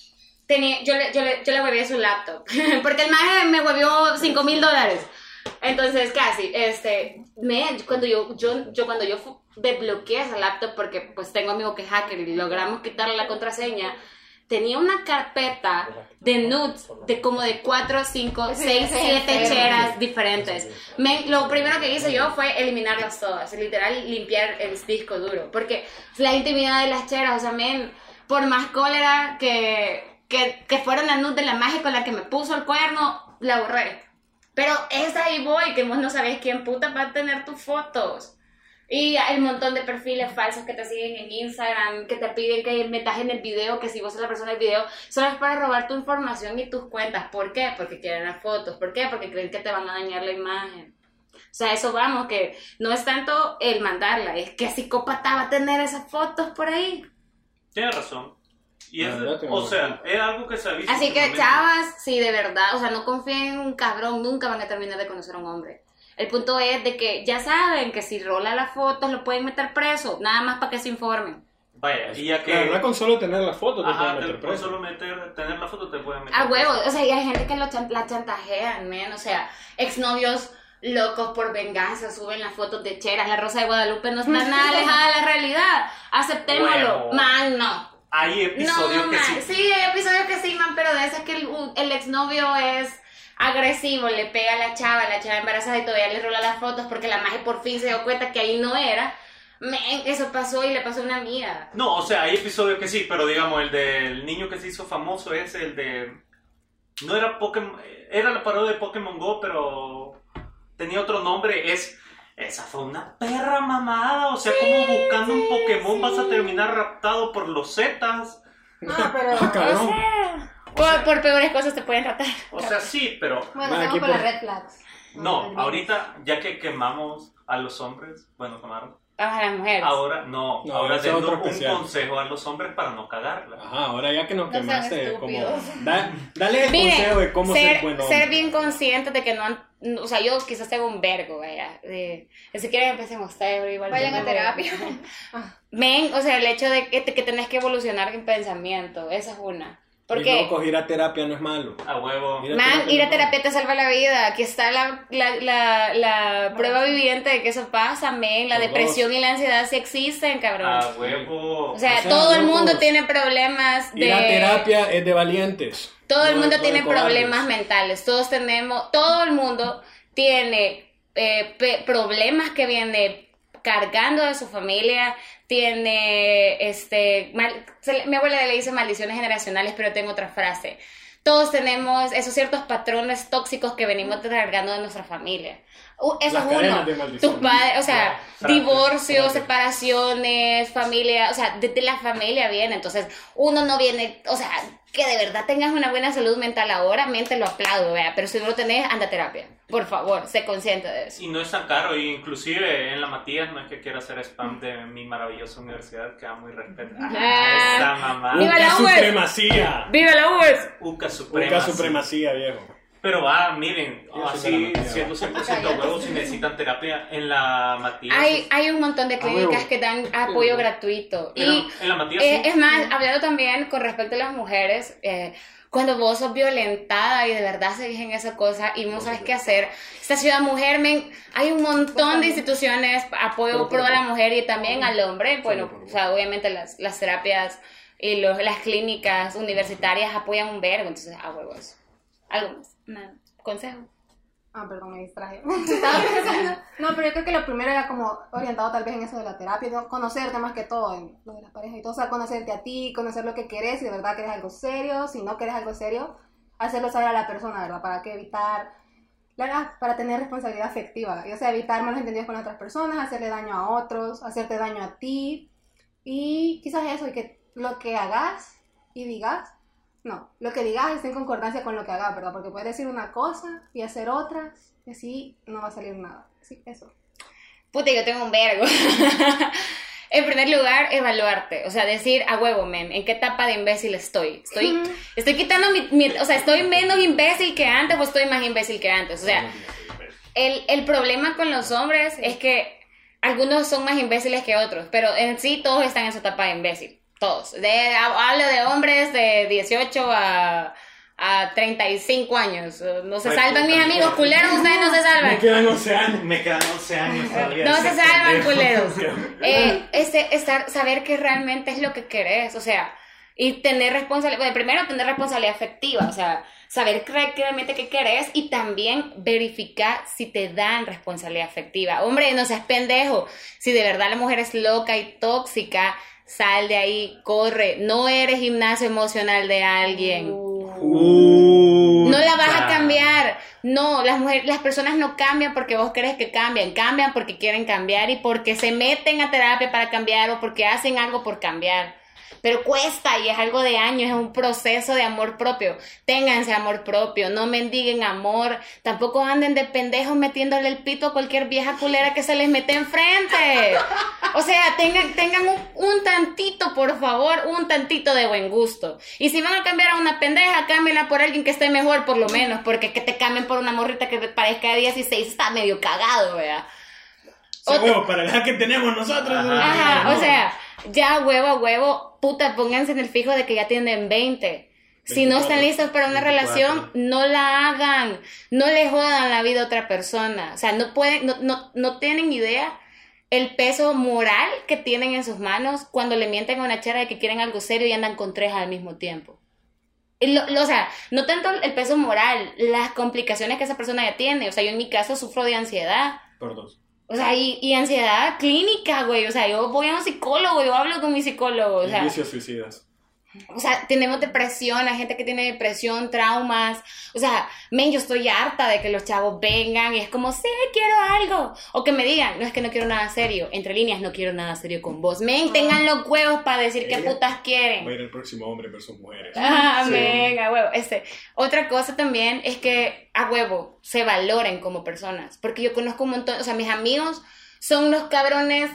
Speaker 3: yo le huevé su laptop, porque el maje me huevió $5,000. Entonces, casi, cuando yo desbloqueé ese laptop, porque pues tengo amigo que es hacker y logramos quitarle la contraseña, tenía una carpeta de nudes de como de 4, 5, 6, 7 cheras diferentes. Lo primero que hice yo fue eliminarlas todas, literal limpiar el disco duro, porque la intimidad de las cheras, o sea, por más cólera que fueron las nudes de la magia con la que me puso el cuerno, la borré. Pero es ahí voy, que vos no sabés quién puta va a tener tus fotos. Y el montón de perfiles falsos que te siguen en Instagram, que te piden que metas en el video, que si vos sos la persona del video, solo es para robar tu información y tus cuentas. ¿Por qué? Porque quieren las fotos. ¿Por qué? Porque creen que te van a dañar la imagen. O sea, eso vamos, que no es tanto el mandarla, es que psicópata va a tener esas fotos por ahí.
Speaker 1: Tienes razón. Y es algo que se ha visto.
Speaker 3: Así que, chavas, sí, de verdad, o sea, no confíen en un cabrón, nunca van a terminar de conocer a un hombre. El punto es de que ya saben que si rola las fotos lo pueden meter preso, nada más para que se informen.
Speaker 1: Vaya, y ya que...
Speaker 2: La verdad, con solo tener la foto te pueden meter preso.
Speaker 1: Con solo tener la foto te pueden meter
Speaker 3: a huevo, o sea, y hay gente que la chantajean, man, o sea, exnovios locos por venganza suben las fotos de cheras. La Rosa de Guadalupe no está nada alejada de la realidad, aceptémoslo. Man, no.
Speaker 1: Hay episodios que sí.
Speaker 3: Sí, hay episodios que sí, man, pero de esas que el exnovio es agresivo, le pega a la chava embarazada y todavía le rola las fotos porque la magia por fin se dio cuenta que ahí no era. Eso pasó y le pasó a una amiga.
Speaker 1: No, o sea, hay episodios que sí, pero digamos, el del niño que se hizo famoso es el de... No era Pokémon, era la parodia de Pokémon Go, pero tenía otro nombre, esa fue una perra mamada, o sea, sí, como buscando un Pokémon vas a terminar raptado por los Zetas.
Speaker 5: Pero...
Speaker 3: por peores cosas te pueden raptar.
Speaker 1: O sea, sí, pero...
Speaker 5: Bueno, estamos con las red flags.
Speaker 1: No, ahorita, ya que quemamos a los hombres, bueno, quemaron.
Speaker 3: A las mujeres.
Speaker 1: Ahora denle un consejo a los hombres para no cagarla.
Speaker 2: Ajá, ahora ya que nos quemaste, como... Dale el consejo de cómo ser buen hombre.
Speaker 3: Ser bien consciente de que no han... O sea, yo quizás tengo un vergo, vaya. Si quieren empecemos ustedes, igual.
Speaker 5: Vayan a terapia.
Speaker 3: O sea, el hecho de que tenés que evolucionar en pensamiento, esa es una. Porque,
Speaker 2: y loco, ir a terapia no es malo.
Speaker 1: A huevo.
Speaker 3: Ir a terapia te salva la vida. Aquí está la prueba viviente de que eso pasa, men. La depresión y la ansiedad sí existen, cabrón.
Speaker 1: A huevo.
Speaker 3: O sea, todo el mundo tiene problemas de...
Speaker 2: Ir a terapia es de valientes.
Speaker 3: Todo el mundo tiene problemas mentales. Todo el mundo tiene problemas que viene cargando de su familia. Tiene, mi abuela le dice maldiciones generacionales, pero tengo otra frase. Todos tenemos esos ciertos patrones tóxicos que venimos cargando de nuestra familia. Eso es uno. Tus padres, o sea, divorcios, separaciones, familia, o sea, desde la familia viene. Entonces, uno no viene, o sea, que de verdad tengas una buena salud mental ahora, te lo aplaudo, ¿vea? Pero si no lo tenés, anda a terapia. Por favor, sé consciente de eso.
Speaker 1: Y no es tan caro, y inclusive en la Matías, no es que quiera hacer spam de mi maravillosa universidad, que amo y respeto. Esa mamá.
Speaker 3: ¡Viva la
Speaker 2: supremacía!
Speaker 3: ¡Viva la UES!
Speaker 1: Uca
Speaker 2: supremacía, viejo.
Speaker 1: Pero miren, así siendo 100% huevos, si necesitan terapia en la Matías.
Speaker 3: Hay un montón de clínicas que dan apoyo gratuito. Y
Speaker 1: en la Matías
Speaker 3: es más, hablando también con respecto a las mujeres, cuando vos sos violentada y de verdad seguís en esa cosa y no sabes qué hacer, esta ciudad mujer, hay un montón de instituciones, apoyo pro a la mujer y también al hombre. Bueno, o sea, obviamente las terapias y las clínicas universitarias apoyan un verbo, entonces a huevos. ¿Algo más? ¿Nada? ¿Consejo?
Speaker 4: Perdón, me distraje. Estaba pensando. No, pero yo creo que lo primero era como orientado tal vez en eso de la terapia, ¿no? Conocerte más que todo en lo de las parejas y todo, o sea, conocerte a ti, conocer lo que querés, si de verdad querés algo serio, si no querés algo serio, hacerlo saber a la persona, ¿verdad? Para que evitar, para tener responsabilidad afectiva, o sea, evitar malos entendidos con otras personas, hacerle daño a otros, hacerte daño a ti, y quizás eso, y que lo que hagas y digas, no, lo que digas esté en concordancia con lo que hagas, ¿verdad? Porque puedes decir una cosa y hacer otra, y así no va a salir nada. Sí, eso.
Speaker 3: Puta, yo tengo un vergo. En primer lugar, evaluarte. O sea, decir, a huevo, men, ¿en qué etapa de imbécil estoy? Estoy quitando o sea, ¿estoy menos imbécil que antes o estoy más imbécil que antes? O sea, el problema con los hombres es que algunos son más imbéciles que otros, pero en sí todos están en su etapa de imbécil. Todos. Hablo de hombres de 18 a 35 años. No se salvan mis amigos culeros, ustedes no se salvan.
Speaker 2: Me quedan 11 años.
Speaker 1: Me quedan 11 años todavía.
Speaker 3: No se salvan, culeros. Saber qué realmente es lo que querés, o sea, y tener responsabilidad. Bueno, primero tener responsabilidad afectiva, o sea, saber realmente qué querés y también verificar si te dan responsabilidad afectiva. Hombre, no seas pendejo. Si de verdad la mujer es loca y tóxica, sal de ahí, corre. No eres gimnasio emocional de alguien. No la vas a cambiar. No, las personas no cambian porque vos crees que cambian porque quieren cambiar y porque se meten a terapia para cambiar o porque hacen algo por cambiar. Pero cuesta y es algo de años, es un proceso de amor propio. Ténganse amor propio, no mendiguen amor, tampoco anden de pendejos metiéndole el pito a cualquier vieja culera que se les mete enfrente. O sea, tengan un tantito, por favor, un tantito de buen gusto. Y si van a cambiar a una pendeja, cámbienla por alguien que esté mejor, por lo menos, porque que te cambien por una morrita que te parezca de 16 está medio cagado, ¿verdad?
Speaker 2: Huevo, para la que tenemos nosotros.
Speaker 3: Ajá, o sea, ya huevo, puta, pónganse en el fijo de que ya tienen 20. Si no están listos para una relación, no la hagan. No le jodan la vida a otra persona. O sea, no tienen idea el peso moral que tienen en sus manos cuando le mienten a una chera de que quieren algo serio y andan con 3 al mismo tiempo. O sea, no tanto el peso moral, las complicaciones que esa persona ya tiene. O sea, yo en mi caso sufro de ansiedad.
Speaker 2: Por 2.
Speaker 3: O sea, y ansiedad clínica, güey. O sea, yo voy a un psicólogo, yo hablo con mi psicólogo. O sea,
Speaker 2: vicios suicidas.
Speaker 3: O sea, tenemos depresión, hay gente que tiene depresión, traumas. O sea, yo estoy harta de que los chavos vengan y es como, sí, quiero algo. O que me digan, no es que no quiero nada serio. Entre líneas, no quiero nada serio con vos. Tengan los huevos para decir qué putas quieren.
Speaker 2: Va a ir el próximo hombre versus mujeres.
Speaker 3: Sí. Venga, huevo. Otra cosa también es que, a huevo, se valoren como personas. Porque yo conozco un montón, o sea, mis amigos son los cabrones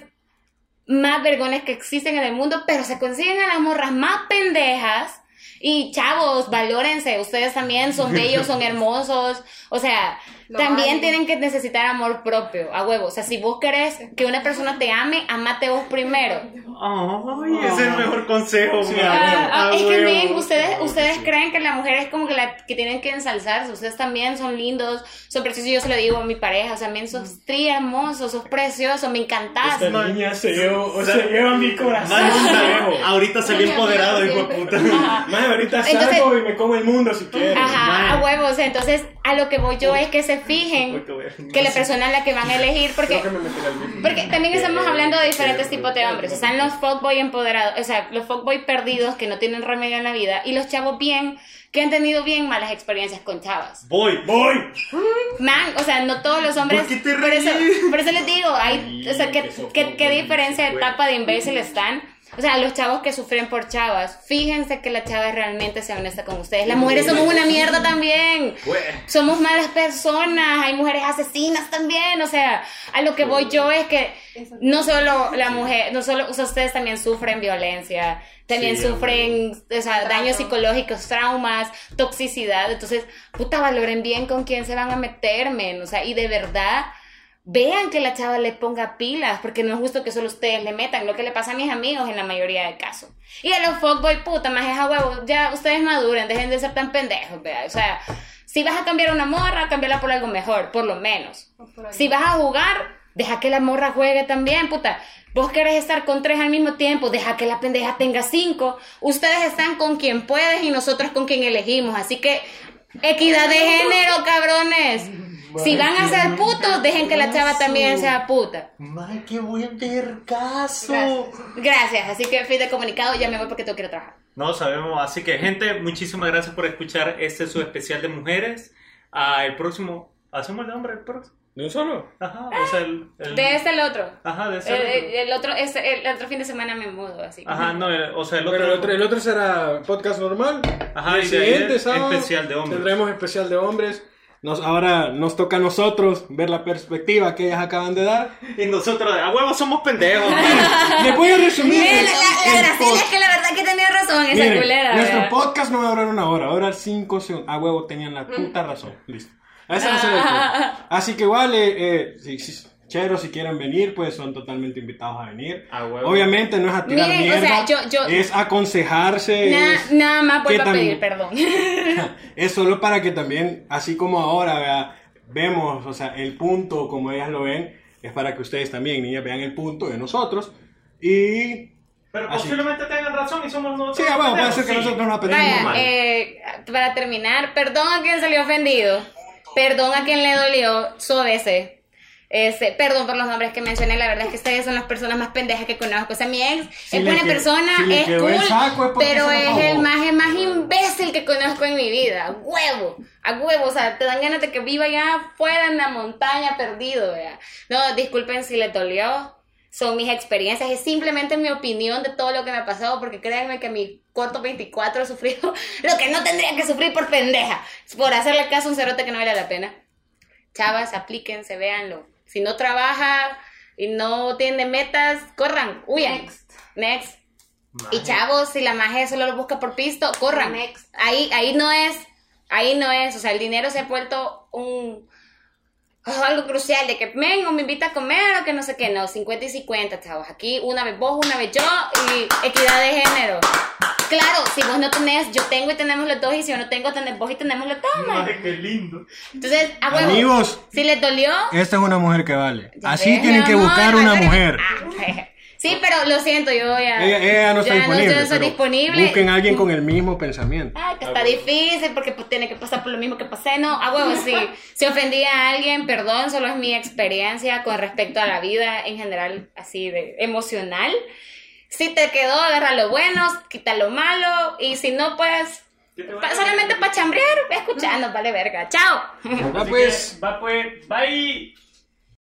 Speaker 3: más vergones que existen en el mundo, pero se consiguen a las morras más pendejas. Y chavos, valórense, ustedes también son bellos, son hermosos, o sea, también tienen que necesitar amor propio, a huevo. O sea, si vos querés que una persona te ame, amate vos primero.
Speaker 1: Ay, ese es el mejor consejo.
Speaker 3: Sí, es que ustedes creen que la mujer es como que tienen que ensalzarse. Ustedes también son lindos, son preciosos. Yo se lo digo a mi pareja, o sea, también sos hermoso, sos precioso, me encantás.
Speaker 2: Esta niña se lleva mi corazón.
Speaker 1: Ahorita salí empoderado, hijo de puta.
Speaker 2: Ahorita salgo y me como el mundo si quieres.
Speaker 3: Ajá, a huevos. Entonces, a lo que voy yo es que se fijen que la persona a la que van a elegir, porque también estamos hablando de diferentes tipos de hombres. Están los fuckboy empoderados, o sea, los fuckboy perdidos que no tienen remedio en la vida, y los chavos bien, que han tenido bien malas experiencias con chavas.
Speaker 1: Voy.
Speaker 3: Man, o sea, no todos los hombres.
Speaker 1: ¿Por qué te ríes?
Speaker 3: Por eso les digo, o sea, ¿qué diferencia de etapa de imbécil están? O sea, los chavos que sufren por chavas, fíjense que la chava realmente sea honesta con ustedes. Las mujeres somos una mierda también. Somos malas personas, hay mujeres asesinas también. O sea, a lo que voy yo es que no solo la mujer, o sea, ustedes también sufren violencia, también sufren, o sea, daños psicológicos, traumas, toxicidad. Entonces, puta, valoren bien con quién se van a meter, men. O sea, y de verdad, vean que la chava le ponga pilas, porque no es justo que solo ustedes le metan, lo que le pasa a mis amigos en la mayoría de casos. Y a los fuckboy, puta, más es a huevo, ya ustedes maduren, dejen de ser tan pendejos, ¿verdad? O sea, si vas a cambiar una morra, cámbiala por algo mejor, por lo menos. Si vas a jugar, deja que la morra juegue también, puta. Vos querés estar con 3 al mismo tiempo, deja que la pendeja tenga 5. Ustedes están con quien pueden y nosotros con quien elegimos, así que equidad de género, cabrones. Si van a ser putos, dejen que la chava también sea puta.
Speaker 1: Ay, qué buen vergazo.
Speaker 3: Gracias, así que fin de comunicado, ya me voy porque tengo que ir a trabajar.
Speaker 1: No sabemos, así que gente, muchísimas gracias por escuchar su especial de mujeres. El próximo, ¿hacemos el nombre del próximo?
Speaker 2: ¿De un solo?
Speaker 1: Ajá, o sea,
Speaker 3: de este el otro.
Speaker 1: Ajá, de ese
Speaker 3: el otro fin de semana me mudo, así.
Speaker 1: Ajá, no, o sea, el otro.
Speaker 2: Pero el otro será podcast normal.
Speaker 1: Ajá,
Speaker 2: y el siguiente sábado
Speaker 1: especial de hombres.
Speaker 2: Tendremos especial de hombres. Ahora nos toca a nosotros ver la perspectiva que ellas acaban de dar.
Speaker 1: Y nosotros, a huevo, somos pendejos.
Speaker 2: Les voy a resumir.
Speaker 3: La Graciela es que la verdad que tenía razón esa culera.
Speaker 2: Nuestro podcast no va a durar 1 hora, va a durar 5 segundos. A huevo, tenían la puta razón. Listo. Ese va a ser el punto. Así que igual, cheros, si quieren venir, pues son totalmente invitados a venir. Obviamente no es a tirar mierda,
Speaker 3: o sea,
Speaker 2: es aconsejarse.
Speaker 3: Nada más vuelvo a pedir perdón.
Speaker 2: Es solo para que también, así como ahora, vemos, o sea, el punto como ellas lo ven, es para que ustedes también, niñas, vean el punto de nosotros y...
Speaker 1: Pero posiblemente tengan razón y somos nosotros.
Speaker 2: Sí, bueno, puede ser que nosotros nos aprendimos mal.
Speaker 3: Para terminar, perdón a quien salió ofendido, perdón a quien le dolió, sódese. Perdón por los nombres que mencioné, la verdad es que ustedes son las personas más pendejas que conozco. O sea, mi ex es buena persona, es cool, pero es el más imbécil que conozco en mi vida. A huevo, o sea, te dan ganas de que viva allá afuera en la montaña perdido, ¿verdad? No, disculpen si les dolió, son mis experiencias, es simplemente mi opinión de todo lo que me ha pasado, porque créanme que a mi corto 24 he sufrido lo que no tendría que sufrir por pendeja, por hacerle caso a un cerote que no vale la pena. Chavas, aplíquense, véanlo. Si no trabaja y no tiene metas, corran, huyan. Next. Y chavos, si la magia solo lo busca por pisto, corran. Next. Ahí no es. O sea, el dinero se ha vuelto algo crucial de que vengo, me invita a comer o que no sé qué. No, 50 y 50, chavos. Aquí una vez vos, una vez yo y equidad de género. Claro, si vos no tenés, yo tengo y tenemos los dos, y si yo no tengo, tenés vos y tenemos los dos, man.
Speaker 1: Ay, qué lindo.
Speaker 3: Entonces, a huevo,
Speaker 2: amigos,
Speaker 3: si les dolió...
Speaker 2: Esta es una mujer que vale. Así tienen que buscar una mujer.
Speaker 3: Sí, pero lo siento, yo ya...
Speaker 2: Ella no está disponible,
Speaker 3: no estoy disponible.
Speaker 2: Busquen a alguien con el mismo pensamiento.
Speaker 3: Que está difícil porque pues, tiene que pasar por lo mismo que pasé. No, a huevo, sí. Si ofendí a alguien, perdón, solo es mi experiencia con respecto a la vida en general, así de emocional. Si te quedó, agarra lo bueno, quita lo malo, y si no, pues, solamente para chambrear, escuchando, vale verga. ¡Chao!
Speaker 2: Va pues,
Speaker 1: bye.